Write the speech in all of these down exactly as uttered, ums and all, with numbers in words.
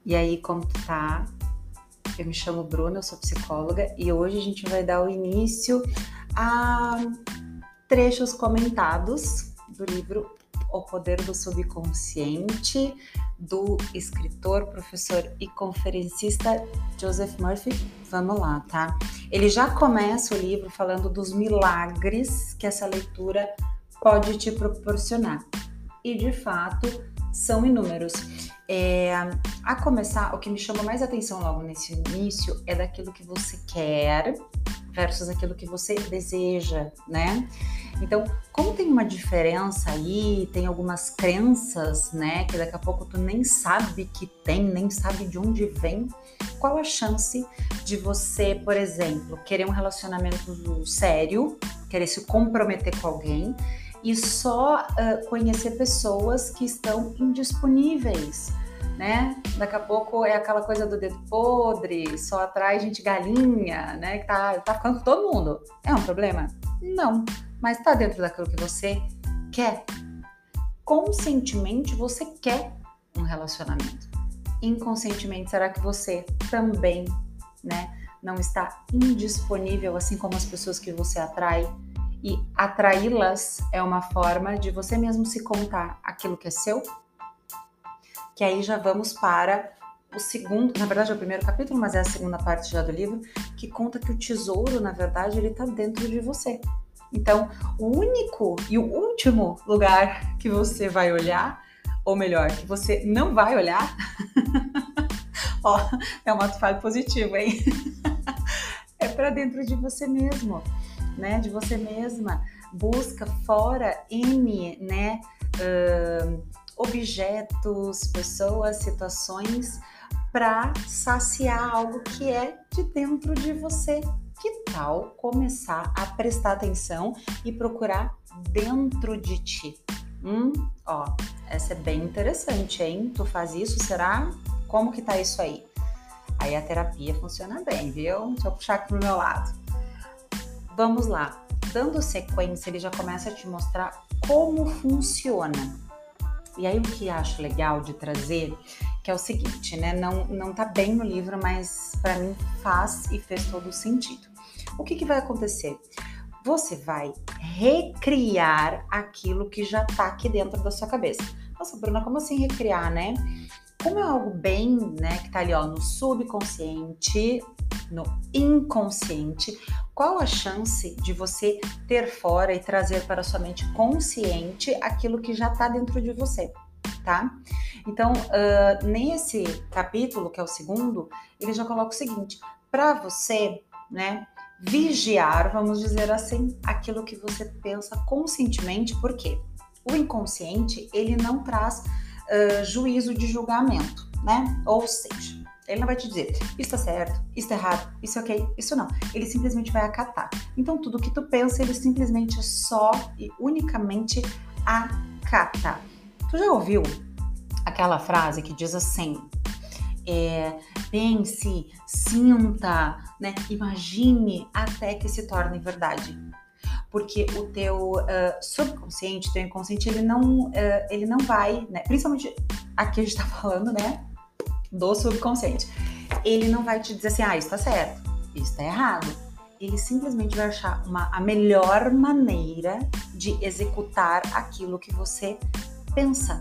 E aí, como tu tá? Eu me chamo Bruna, eu sou psicóloga e hoje a gente vai dar o início a trechos comentados do livro O Poder do Subconsciente, do escritor, professor e conferencista Joseph Murphy. Vamos lá, tá? Ele já começa o livro falando dos milagres que essa leitura pode te proporcionar. E, de fato, são inúmeros. É, a começar, o que me chama mais atenção logo nesse início é daquilo que você quer versus aquilo que você deseja, né? Então, como tem uma diferença aí, tem algumas crenças, né, que daqui a pouco tu nem sabe que tem, nem sabe de onde vem, qual a chance de você, por exemplo, querer um relacionamento sério, querer se comprometer com alguém e só uh, conhecer pessoas que estão indisponíveis, né? Daqui a pouco é aquela coisa do dedo podre, só atrai gente galinha, né? Que tá, tá ficando com todo mundo. É um problema? Não, mas tá dentro daquilo que você quer. Conscientemente você quer um relacionamento. Inconscientemente, será que você também, né, não está indisponível, assim como as pessoas que você atrai? E atraí-las é uma forma de você mesmo se contar aquilo que é seu? Que aí já vamos para o segundo, na verdade é o primeiro capítulo, mas é a segunda parte já do livro, que conta que o tesouro, na verdade, ele está dentro de você. Então, o único e o último lugar que você vai olhar, ou melhor, que você não vai olhar, ó, é um ato falho positivo, hein? É para dentro de você mesmo, né? De você mesma. Busca fora N, né? Uh, objetos, pessoas, situações para saciar algo que é de dentro de você. Que tal começar a prestar atenção e procurar dentro de ti? Hum, ó, essa é bem interessante, hein? Tu faz isso, será? Como que tá isso aí? Aí a terapia funciona bem, viu? Deixa eu puxar aqui pro meu lado. Vamos lá. Dando sequência, ele já começa a te mostrar como funciona. E aí o que acho legal de trazer, que é o seguinte, né? Não, não tá bem no livro, mas para mim faz e fez todo o sentido. O que que vai acontecer? Você vai recriar aquilo que já tá aqui dentro da sua cabeça. Nossa, Bruna, como assim recriar, né? Como é algo bem, né, que tá ali, ó, no subconsciente, no inconsciente, qual a chance de você ter fora e trazer para a sua mente consciente aquilo que já está dentro de você, tá? Então, uh, nesse capítulo, que é o segundo, ele já coloca o seguinte, para você, né, vigiar, vamos dizer assim, aquilo que você pensa conscientemente, por quê? O inconsciente, ele não traz uh, juízo de julgamento, né? Ou seja, ele não vai te dizer, isso tá certo, isso tá errado, isso é ok, isso não. Ele simplesmente vai acatar. Então, tudo que tu pensa, ele simplesmente só e unicamente acata. Tu já ouviu aquela frase que diz assim, é, pense, sinta, né, imagine até que se torne verdade. Porque o teu uh, subconsciente, teu inconsciente, ele não, uh, ele não vai, né, principalmente aqui a gente tá falando, né, do subconsciente, ele não vai te dizer assim, ah, isso tá certo, isso tá errado. Ele simplesmente vai achar uma, a melhor maneira de executar aquilo que você pensa,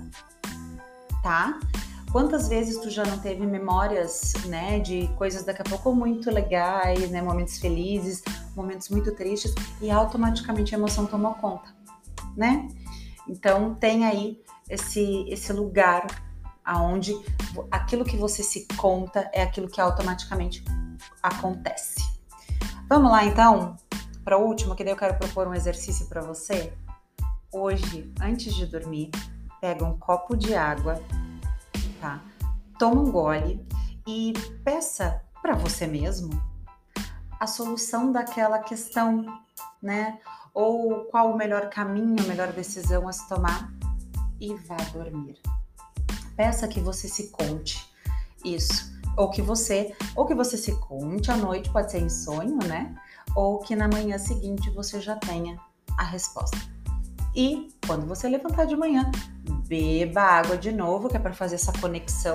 tá? Quantas vezes tu já não teve memórias, né, de coisas daqui a pouco muito legais, né, momentos felizes, momentos muito tristes, e automaticamente a emoção tomou conta, né? Então tem aí esse, esse lugar aonde aquilo que você se conta é aquilo que automaticamente acontece. Vamos lá então para o último, que daí eu quero propor um exercício para você. Hoje, antes de dormir, pega um copo de água, tá? Toma um gole e peça para você mesmo a solução daquela questão, né? Ou qual o melhor caminho, a melhor decisão a se tomar e vá dormir. Peça que você se conte isso, ou que você, ou que você se conte à noite, pode ser em sonho, né? Ou que na manhã seguinte você já tenha a resposta. E quando você levantar de manhã, beba água de novo, que é para fazer essa conexão,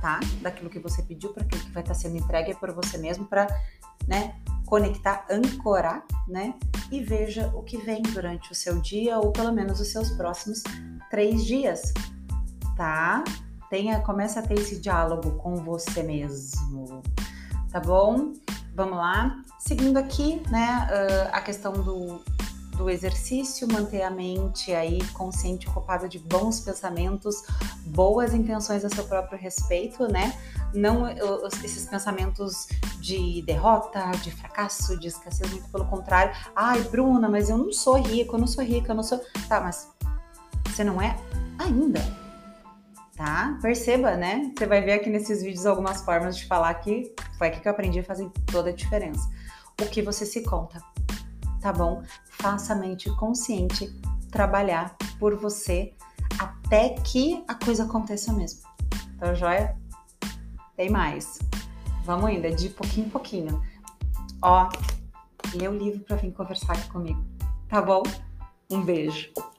tá? Daquilo que você pediu para aquilo que vai estar sendo entregue por você mesmo, para, né, conectar, ancorar, né? E veja o que vem durante o seu dia, ou pelo menos os seus próximos três dias, tá? Tenha, comece a ter esse diálogo com você mesmo, tá bom? Vamos lá. Seguindo aqui, né, a questão do, do exercício, manter a mente aí consciente, ocupada de bons pensamentos, boas intenções a seu próprio respeito, né? Não esses pensamentos de derrota, de fracasso, de escassez, muito pelo contrário. Ai, Bruna, mas eu não sou rica, eu não sou rica, eu não sou... Tá, mas você não é ainda, tá? Perceba, né? Você vai ver aqui nesses vídeos algumas formas de falar que foi aqui que eu aprendi a fazer toda a diferença. O que você se conta, tá bom? Faça a mente consciente trabalhar por você até que a coisa aconteça mesmo. Tá joia? Tem mais. Vamos ainda, de pouquinho em pouquinho. Ó, lê o livro pra vir conversar aqui comigo, tá bom? Um beijo.